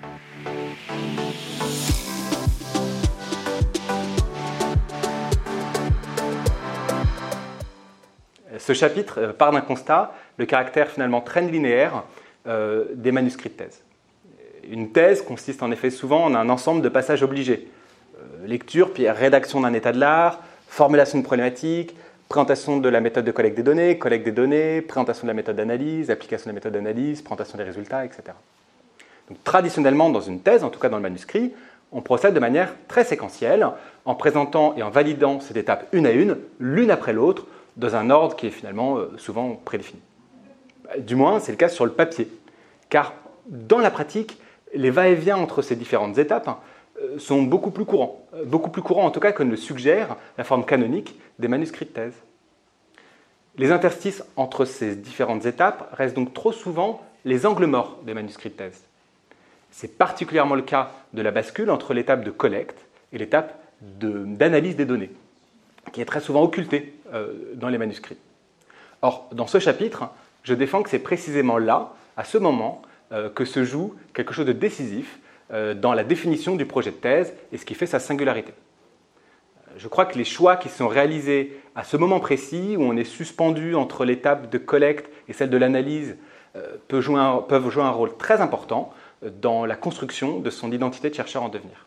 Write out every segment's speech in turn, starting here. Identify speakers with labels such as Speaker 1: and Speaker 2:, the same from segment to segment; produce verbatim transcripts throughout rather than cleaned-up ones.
Speaker 1: Ce chapitre part d'un constat, le caractère finalement très linéaire euh, des manuscrits de thèse. Une thèse consiste en effet souvent en un ensemble de passages obligés. Euh, lecture, puis rédaction d'un état de l'art, formulation de problématiques, présentation de la méthode de collecte des données, collecte des données, présentation de la méthode d'analyse, application de la méthode d'analyse, présentation des résultats, et cetera. Donc, traditionnellement, dans une thèse, en tout cas dans le manuscrit, on procède de manière très séquentielle, en présentant et en validant cette étape une à une, l'une après l'autre, dans un ordre qui est finalement euh, souvent prédéfini. Du moins, c'est le cas sur le papier, car dans la pratique, les va-et-vient entre ces différentes étapes euh, sont beaucoup plus courants, euh, beaucoup plus courants en tout cas que ne le suggère la forme canonique des manuscrits de thèse. Les interstices entre ces différentes étapes restent donc trop souvent les angles morts des manuscrits de thèse. C'est particulièrement le cas de la bascule entre l'étape de collecte et l'étape de, d'analyse des données, qui est très souvent occultée euh, dans les manuscrits. Or, dans ce chapitre, je défends que c'est précisément là, à ce moment, euh, que se joue quelque chose de décisif euh, dans la définition du projet de thèse et ce qui fait sa singularité. Je crois que les choix qui sont réalisés à ce moment précis, où on est suspendu entre l'étape de collecte et celle de l'analyse, euh, peuvent jouer un, peuvent jouer un rôle très important dans la construction de son identité de chercheur en devenir.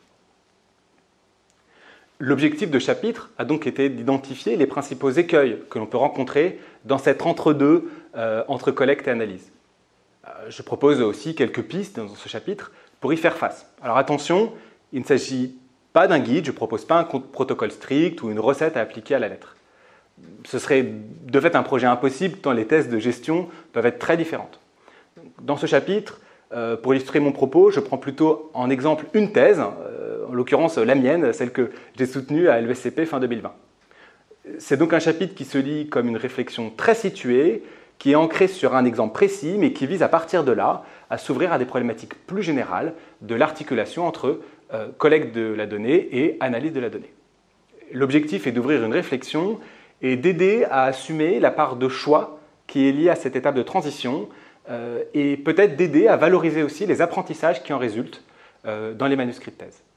Speaker 1: L'objectif de chapitre a donc été d'identifier les principaux écueils que l'on peut rencontrer dans cet entre-deux euh, entre collecte et analyse. Euh, je propose aussi quelques pistes dans ce chapitre pour y faire face. Alors attention, il ne s'agit pas d'un guide, je ne propose pas un protocole strict ou une recette à appliquer à la lettre. Ce serait de fait un projet impossible tant les thèses de gestion peuvent être très différentes. Dans ce chapitre, euh, pour illustrer mon propos, je prends plutôt en exemple une thèse, euh, en l'occurrence la mienne, celle que j'ai soutenue à l'E S C P fin deux mille vingt. C'est donc un chapitre qui se lit comme une réflexion très située, qui est ancrée sur un exemple précis, mais qui vise à partir de là à s'ouvrir à des problématiques plus générales de l'articulation entre euh, collecte de la donnée et analyse de la donnée. L'objectif est d'ouvrir une réflexion et d'aider à assumer la part de choix qui est liée à cette étape de transition euh, et peut-être d'aider à valoriser aussi les apprentissages qui en résultent euh, dans les manuscrits de thèse.